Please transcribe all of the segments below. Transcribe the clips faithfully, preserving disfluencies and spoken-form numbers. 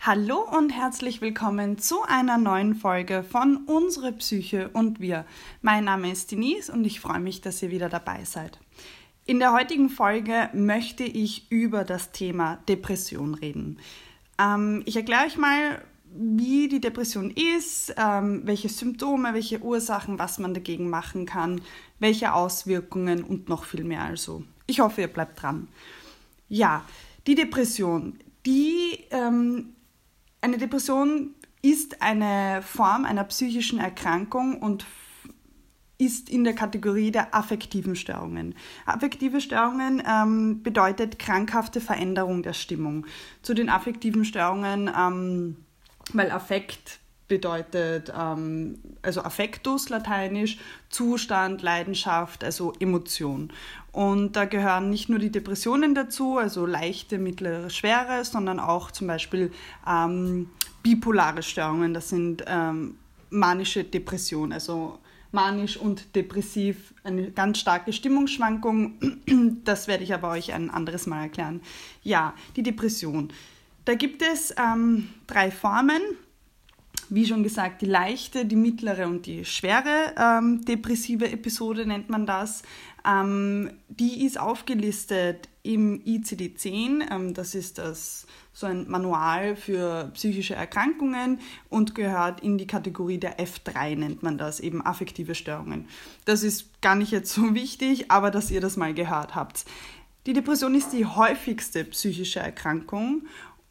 Hallo und herzlich willkommen zu einer neuen Folge von Unsere Psyche und wir. Mein Name ist Denise und ich freue mich, dass ihr wieder dabei seid. In der heutigen Folge möchte ich über das Thema Depression reden. Ähm, ich erkläre euch mal, wie die Depression ist, ähm, welche Symptome, welche Ursachen, was man dagegen machen kann, welche Auswirkungen und noch viel mehr. Also ich hoffe, ihr bleibt dran. Ja, die Depression, die ähm, Eine Depression ist eine Form einer psychischen Erkrankung und ist in der Kategorie der affektiven Störungen. Affektive Störungen ähm, bedeutet krankhafte Veränderung der Stimmung. Zu den affektiven Störungen, ähm, weil Affekt bedeutet, ähm, also Affectus, lateinisch, Zustand, Leidenschaft, also Emotion. Und da gehören nicht nur die Depressionen dazu, also leichte, mittlere, schwere, sondern auch zum Beispiel ähm, bipolare Störungen, das sind ähm, manische Depressionen, also manisch und depressiv, eine ganz starke Stimmungsschwankung, das werde ich aber euch ein anderes Mal erklären. Ja, die Depression. Da gibt es ähm, drei Formen. Wie schon gesagt, die leichte, die mittlere und die schwere ähm, depressive Episode nennt man das. Ähm, die ist aufgelistet im I C D zehn, ähm, das ist das, so ein Manual für psychische Erkrankungen und gehört in die Kategorie der F drei, nennt man das, eben affektive Störungen. Das ist gar nicht jetzt so wichtig, aber dass ihr das mal gehört habt. Die Depression ist die häufigste psychische Erkrankung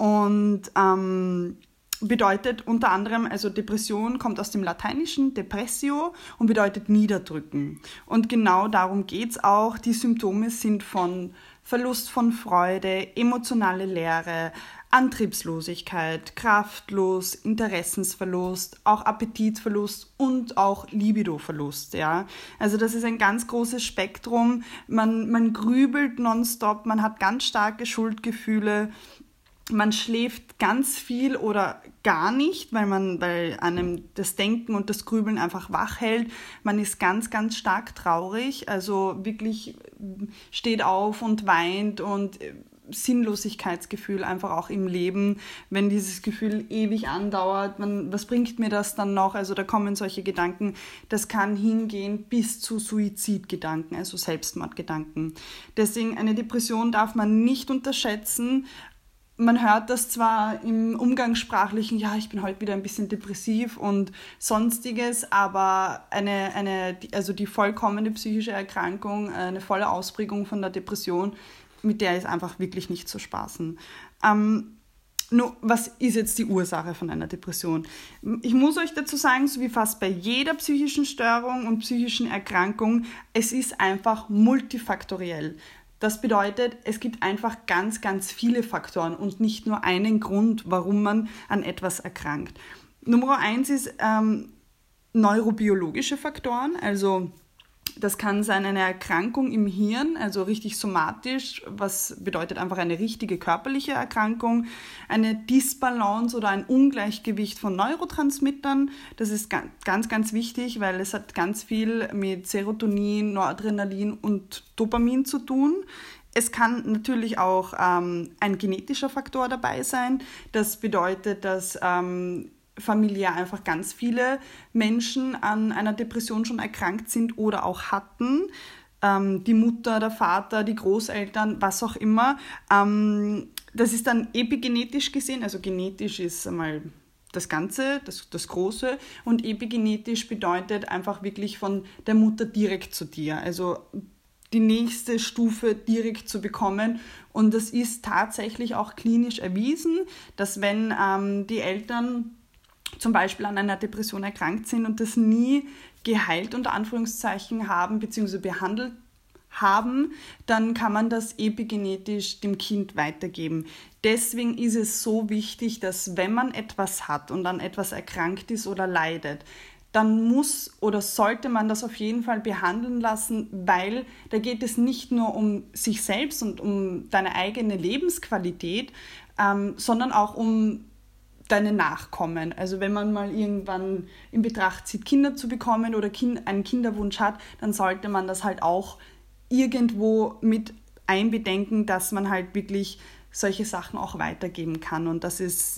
und ähm, bedeutet unter anderem, also Depression kommt aus dem Lateinischen depressio und bedeutet niederdrücken. Und genau darum geht es auch. Die Symptome sind von Verlust von Freude, emotionale Leere, Antriebslosigkeit, kraftlos, Interessensverlust, auch Appetitverlust und auch Libidoverlust. Ja? Also das ist ein ganz großes Spektrum. Man, man grübelt nonstop, man hat ganz starke Schuldgefühle. Man schläft ganz viel oder gar nicht, weil man weil einem das Denken und das Grübeln einfach wach hält. Man ist ganz, ganz stark traurig, also wirklich steht auf und weint und Sinnlosigkeitsgefühl einfach auch im Leben, wenn dieses Gefühl ewig andauert, man, was bringt mir das dann noch? Also da kommen solche Gedanken, das kann hingehen bis zu Suizidgedanken, also Selbstmordgedanken. Deswegen eine Depression darf man nicht unterschätzen. Man hört das zwar im Umgangssprachlichen, ja, ich bin heute wieder ein bisschen depressiv und Sonstiges, aber eine, eine, also die vollkommene psychische Erkrankung, eine volle Ausprägung von der Depression, mit der ist einfach wirklich nicht zu spaßen. Ähm, nur, was ist jetzt die Ursache von einer Depression? Ich muss euch dazu sagen, so wie fast bei jeder psychischen Störung und psychischen Erkrankung, es ist einfach multifaktoriell. Das bedeutet, es gibt einfach ganz, ganz viele Faktoren und nicht nur einen Grund, warum man an etwas erkrankt. Nummer eins ist ähm, neurobiologische Faktoren, also das kann sein eine Erkrankung im Hirn, also richtig somatisch, was bedeutet einfach eine richtige körperliche Erkrankung, eine Disbalance oder ein Ungleichgewicht von Neurotransmittern. Das ist ganz, ganz wichtig, weil es hat ganz viel mit Serotonin, Noradrenalin und Dopamin zu tun. Es kann natürlich auch ähm, ein genetischer Faktor dabei sein. Das bedeutet, dass ähm, familiär einfach ganz viele Menschen an einer Depression schon erkrankt sind oder auch hatten. Ähm, die Mutter, der Vater, die Großeltern, was auch immer. Ähm, das ist dann epigenetisch gesehen, also genetisch ist einmal das Ganze, das, das Große, und epigenetisch bedeutet einfach wirklich von der Mutter direkt zu dir, also die nächste Stufe direkt zu bekommen. Und das ist tatsächlich auch klinisch erwiesen, dass wenn ähm, die Eltern zum Beispiel an einer Depression erkrankt sind und das nie geheilt unter Anführungszeichen haben bzw. behandelt haben, dann kann man das epigenetisch dem Kind weitergeben. Deswegen ist es so wichtig, dass wenn man etwas hat und an etwas erkrankt ist oder leidet, dann muss oder sollte man das auf jeden Fall behandeln lassen, weil da geht es nicht nur um sich selbst und um deine eigene Lebensqualität, ähm, sondern auch um deine Nachkommen. Also wenn man mal irgendwann in Betracht zieht, Kinder zu bekommen oder kind, einen Kinderwunsch hat, dann sollte man das halt auch irgendwo mit einbedenken, dass man halt wirklich solche Sachen auch weitergeben kann. Und das ist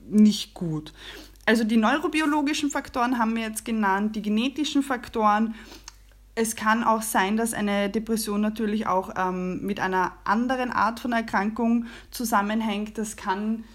nicht gut. Also die neurobiologischen Faktoren haben wir jetzt genannt, die genetischen Faktoren. Es kann auch sein, dass eine Depression natürlich auch ähm, mit einer anderen Art von Erkrankung zusammenhängt. Das kann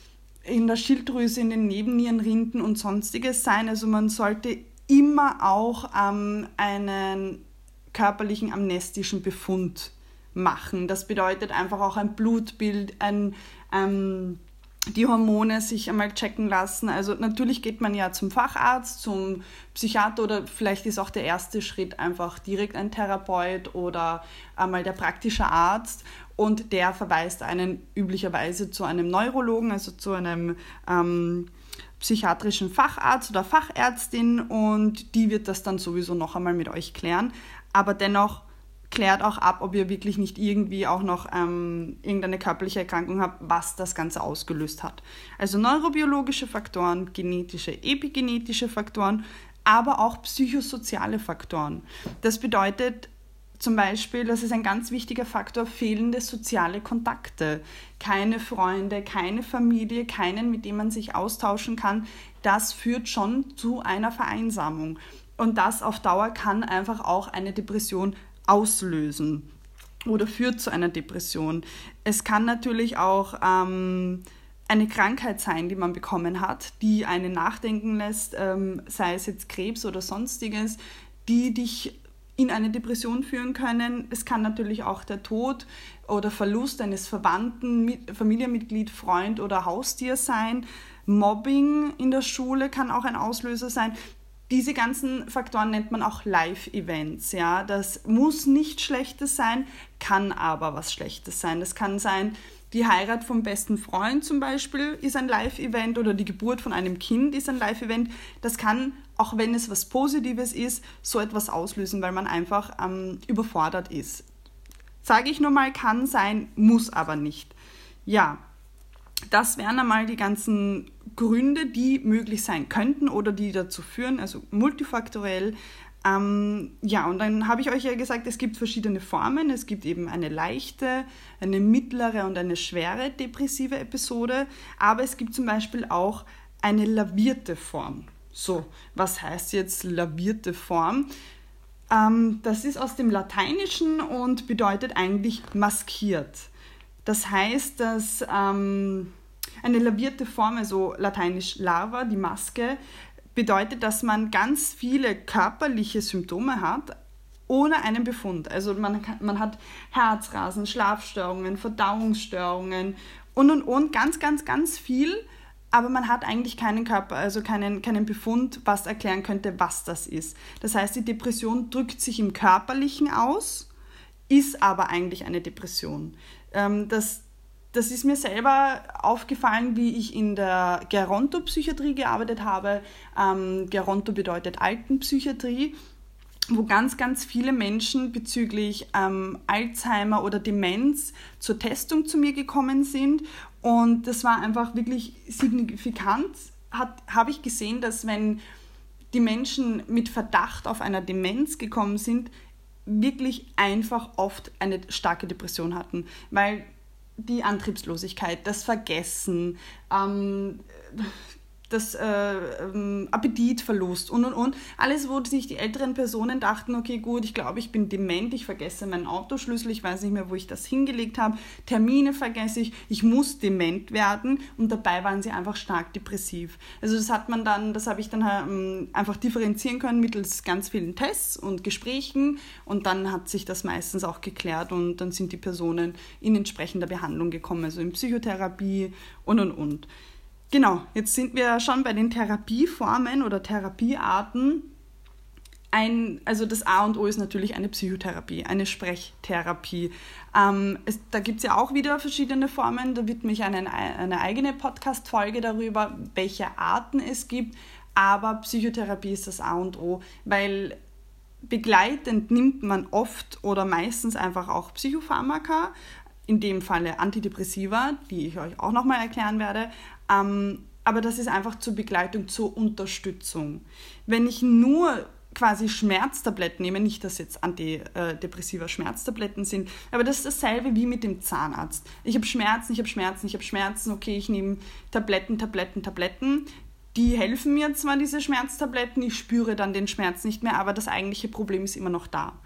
in der Schilddrüse, in den Nebennierenrinden und sonstiges sein. Also man sollte immer auch ähm, einen körperlichen amnestischen Befund machen. Das bedeutet einfach auch ein Blutbild, ein, ähm, die Hormone sich einmal checken lassen. Also natürlich geht man ja zum Facharzt, zum Psychiater oder vielleicht ist auch der erste Schritt einfach direkt ein Therapeut oder einmal der praktische Arzt und der verweist einen üblicherweise zu einem Neurologen, also zu einem ähm, psychiatrischen Facharzt oder Fachärztin und die wird das dann sowieso noch einmal mit euch klären. Aber dennoch klärt auch ab, ob ihr wirklich nicht irgendwie auch noch ähm, irgendeine körperliche Erkrankung habt, was das Ganze ausgelöst hat. Also neurobiologische Faktoren, genetische, epigenetische Faktoren, aber auch psychosoziale Faktoren. Das bedeutet zum Beispiel, das ist ein ganz wichtiger Faktor, fehlende soziale Kontakte. Keine Freunde, keine Familie, keinen, mit dem man sich austauschen kann. Das führt schon zu einer Vereinsamung. Und das auf Dauer kann einfach auch eine Depression auslösen oder führt zu einer Depression. Es kann natürlich auch ähm, eine Krankheit sein, die man bekommen hat, die einen nachdenken lässt, ähm, sei es jetzt Krebs oder sonstiges, die dich in eine Depression führen können. Es kann natürlich auch der Tod oder Verlust eines Verwandten, Familienmitglied, Freund oder Haustier sein. Mobbing in der Schule kann auch ein Auslöser sein. Diese ganzen Faktoren nennt man auch Live-Events. Ja? Das muss nicht Schlechtes sein, kann aber was Schlechtes sein. Das kann sein, die Heirat vom besten Freund zum Beispiel ist ein Live-Event oder die Geburt von einem Kind ist ein Live-Event. Das kann, auch wenn es was Positives ist, so etwas auslösen, weil man einfach ähm, überfordert ist. Sage ich nur mal, kann sein, muss aber nicht. Ja, das wären einmal die ganzen Gründe, die möglich sein könnten oder die dazu führen, also multifaktoriell. Ähm, ja, und dann habe ich euch ja gesagt, es gibt verschiedene Formen. Es gibt eben eine leichte, eine mittlere und eine schwere depressive Episode. Aber es gibt zum Beispiel auch eine lavierte Form. So, was heißt jetzt lavierte Form? Ähm, das ist aus dem Lateinischen und bedeutet eigentlich maskiert. Das heißt, dass ähm, eine lavierte Form, also lateinisch Larva, die Maske, bedeutet, dass man ganz viele körperliche Symptome hat, ohne einen Befund. Also man, man hat Herzrasen, Schlafstörungen, Verdauungsstörungen und, und, und, ganz, ganz, ganz viel, aber man hat eigentlich keinen Körper, also keinen, keinen Befund, was erklären könnte, was das ist. Das heißt, die Depression drückt sich im Körperlichen aus, ist aber eigentlich eine Depression. Ähm, das Das ist mir selber aufgefallen, wie ich in der Gerontopsychiatrie gearbeitet habe. Ähm, Geronto bedeutet Altenpsychiatrie, wo ganz, ganz viele Menschen bezüglich ähm, Alzheimer oder Demenz zur Testung zu mir gekommen sind. Und das war einfach wirklich signifikant, habe ich gesehen, dass wenn die Menschen mit Verdacht auf einer Demenz gekommen sind, wirklich einfach oft eine starke Depression hatten, weil die Antriebslosigkeit, das Vergessen, ähm, das äh, ähm, Appetitverlust und, und, und. Alles, wo sich die älteren Personen dachten, okay, gut, ich glaube, ich bin dement, ich vergesse meinen Autoschlüssel, ich weiß nicht mehr, wo ich das hingelegt habe, Termine vergesse ich, ich muss dement werden und dabei waren sie einfach stark depressiv. Also das hat man dann, das habe ich dann ähm, einfach differenzieren können mittels ganz vielen Tests und Gesprächen und dann hat sich das meistens auch geklärt und dann sind die Personen in entsprechender Behandlung gekommen, also in Psychotherapie und, und, und. Genau, jetzt sind wir schon bei den Therapieformen oder Therapiearten. Ein, also das A und O ist natürlich eine Psychotherapie, eine Sprechtherapie. Ähm, es, da gibt es ja auch wieder verschiedene Formen. Da widme ich eine, eine eigene Podcast-Folge darüber, welche Arten es gibt. Aber Psychotherapie ist das A und O, weil begleitend nimmt man oft oder meistens einfach auch Psychopharmaka, in dem Falle Antidepressiva, die ich euch auch nochmal erklären werde. Ähm, aber das ist einfach zur Begleitung, zur Unterstützung. Wenn ich nur quasi Schmerztabletten nehme, nicht, dass jetzt antidepressiva Schmerztabletten sind, aber das ist dasselbe wie mit dem Zahnarzt. Ich habe Schmerzen, ich habe Schmerzen, ich habe Schmerzen, okay, ich nehme Tabletten, Tabletten, Tabletten. Die helfen mir zwar, diese Schmerztabletten, ich spüre dann den Schmerz nicht mehr, aber das eigentliche Problem ist immer noch da.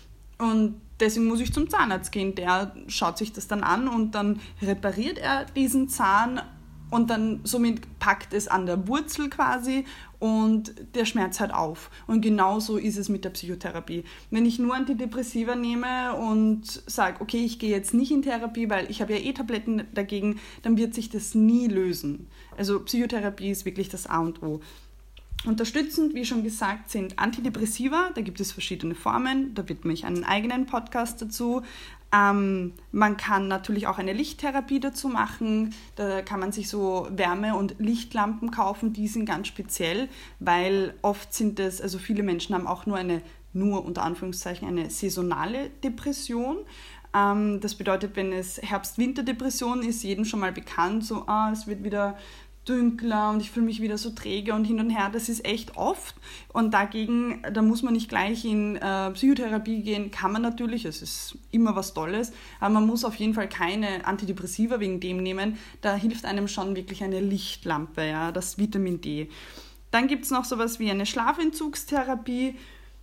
Und deswegen muss ich zum Zahnarzt gehen, der schaut sich das dann an und dann repariert er diesen Zahn und dann somit packt es an der Wurzel quasi und der Schmerz hört auf. Und genauso ist es mit der Psychotherapie. Wenn ich nur Antidepressiva nehme und sage, okay, ich gehe jetzt nicht in Therapie, weil ich habe ja eh Tabletten dagegen, dann wird sich das nie lösen. Also Psychotherapie ist wirklich das A und O. Unterstützend, wie schon gesagt, sind Antidepressiva. Da gibt es verschiedene Formen. Da widme ich einen eigenen Podcast dazu. Ähm, man kann natürlich auch eine Lichttherapie dazu machen. Da kann man sich so Wärme- und Lichtlampen kaufen. Die sind ganz speziell, weil oft sind es, also viele Menschen haben auch nur eine, nur unter Anführungszeichen, eine saisonale Depression. Ähm, das bedeutet, wenn es Herbst-Winter-Depression ist, jedem schon mal bekannt, so, ah, es wird wieder dünkler und ich fühle mich wieder so träge und hin und her, das ist echt oft und dagegen, da muss man nicht gleich in äh, Psychotherapie gehen, kann man natürlich, es ist immer was Tolles, aber man muss auf jeden Fall keine Antidepressiva wegen dem nehmen, da hilft einem schon wirklich eine Lichtlampe, ja, das Vitamin D. Dann gibt es noch sowas wie eine Schlafentzugstherapie.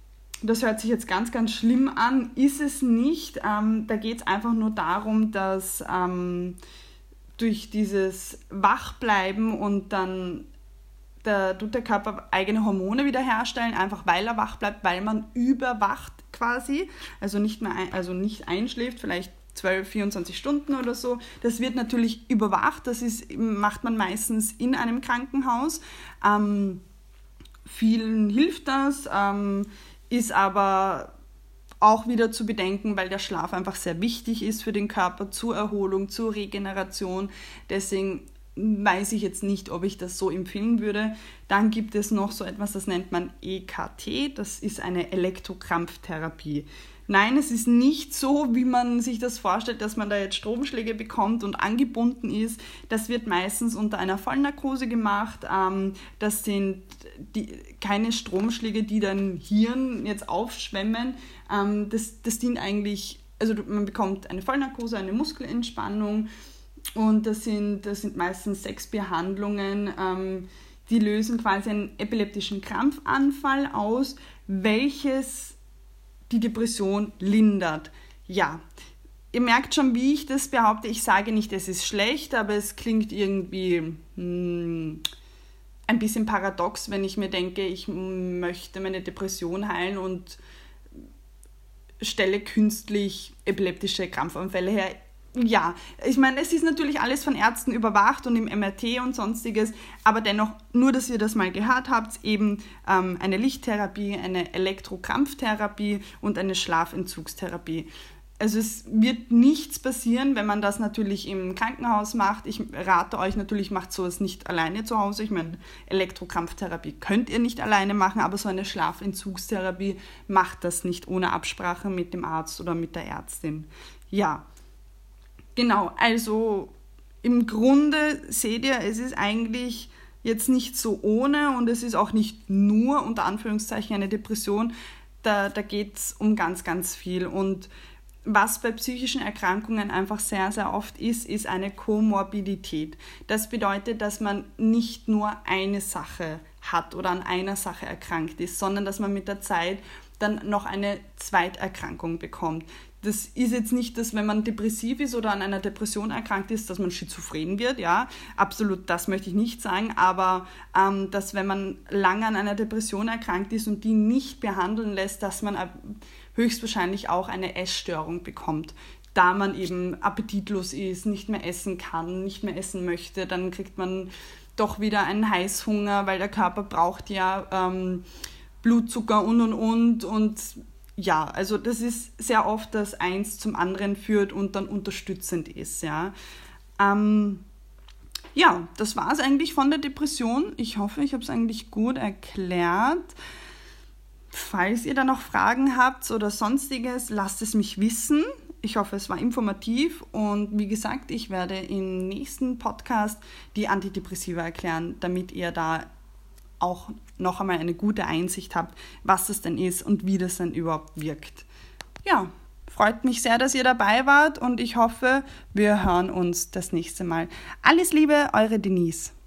Das hört sich jetzt ganz, ganz schlimm an, ist es nicht, ähm, da geht es einfach nur darum, dass ähm, durch dieses Wachbleiben und dann da tut der Körper eigene Hormone wiederherstellen, einfach weil er wach bleibt, weil man überwacht quasi, also nicht mehr ein, also nicht einschläft, vielleicht zwölf, vierundzwanzig Stunden oder so. Das wird natürlich überwacht, das ist, macht man meistens in einem Krankenhaus. Ähm, vielen hilft das, ähm, ist aber auch wieder zu bedenken, weil der Schlaf einfach sehr wichtig ist für den Körper, zur Erholung, zur Regeneration. Deswegen weiß ich jetzt nicht, ob ich das so empfehlen würde. Dann gibt es noch so etwas, das nennt man E K T, das ist eine Elektrokrampftherapie. Nein, es ist nicht so, wie man sich das vorstellt, dass man da jetzt Stromschläge bekommt und angebunden ist. Das wird meistens unter einer Vollnarkose gemacht. Das sind die, keine Stromschläge, die dein Hirn jetzt aufschwemmen. Das, das dient eigentlich, also man bekommt eine Vollnarkose, eine Muskelentspannung und das sind, das sind meistens sechs Behandlungen, die lösen quasi einen epileptischen Krampfanfall aus, welches die Depression lindert. Ja, ihr merkt schon, wie ich das behaupte. Ich sage nicht, es ist schlecht, aber es klingt irgendwie hm, ein bisschen paradox, wenn ich mir denke, ich möchte meine Depression heilen und stelle künstlich epileptische Krampfanfälle her. Ja, ich meine, es ist natürlich alles von Ärzten überwacht und im M R T und sonstiges, aber dennoch, nur dass ihr das mal gehört habt, eben ähm, eine Lichttherapie, eine Elektrokrampftherapie und eine Schlafentzugstherapie. Also es wird nichts passieren, wenn man das natürlich im Krankenhaus macht. Ich rate euch natürlich, macht sowas nicht alleine zu Hause. Ich meine, Elektrokrampftherapie könnt ihr nicht alleine machen, aber so eine Schlafentzugstherapie macht das nicht ohne Absprache mit dem Arzt oder mit der Ärztin. Ja. Genau, also im Grunde seht ihr, es ist eigentlich jetzt nicht so ohne und es ist auch nicht nur unter Anführungszeichen eine Depression, da, da geht es um ganz, ganz viel. Und was bei psychischen Erkrankungen einfach sehr, sehr oft ist, ist eine Komorbidität. Das bedeutet, dass man nicht nur eine Sache hat oder an einer Sache erkrankt ist, sondern dass man mit der Zeit dann noch eine Zweiterkrankung bekommt. Das ist jetzt nicht, dass wenn man depressiv ist oder an einer Depression erkrankt ist, dass man schizophren wird, ja, absolut, das möchte ich nicht sagen, aber ähm, dass wenn man lange an einer Depression erkrankt ist und die nicht behandeln lässt, dass man höchstwahrscheinlich auch eine Essstörung bekommt, da man eben appetitlos ist, nicht mehr essen kann, nicht mehr essen möchte, dann kriegt man doch wieder einen Heißhunger, weil der Körper braucht ja ähm, Blutzucker und und und und ja, also das ist sehr oft, dass eins zum anderen führt und dann unterstützend ist, ja. Ähm, ja, das war es eigentlich von der Depression. Ich hoffe, ich habe es eigentlich gut erklärt. Falls ihr da noch Fragen habt oder sonstiges, lasst es mich wissen. Ich hoffe, es war informativ und wie gesagt, ich werde im nächsten Podcast die Antidepressiva erklären, damit ihr da auch noch einmal eine gute Einsicht habt, was das denn ist und wie das denn überhaupt wirkt. Ja, freut mich sehr, dass ihr dabei wart und ich hoffe, wir hören uns das nächste Mal. Alles Liebe, eure Denise.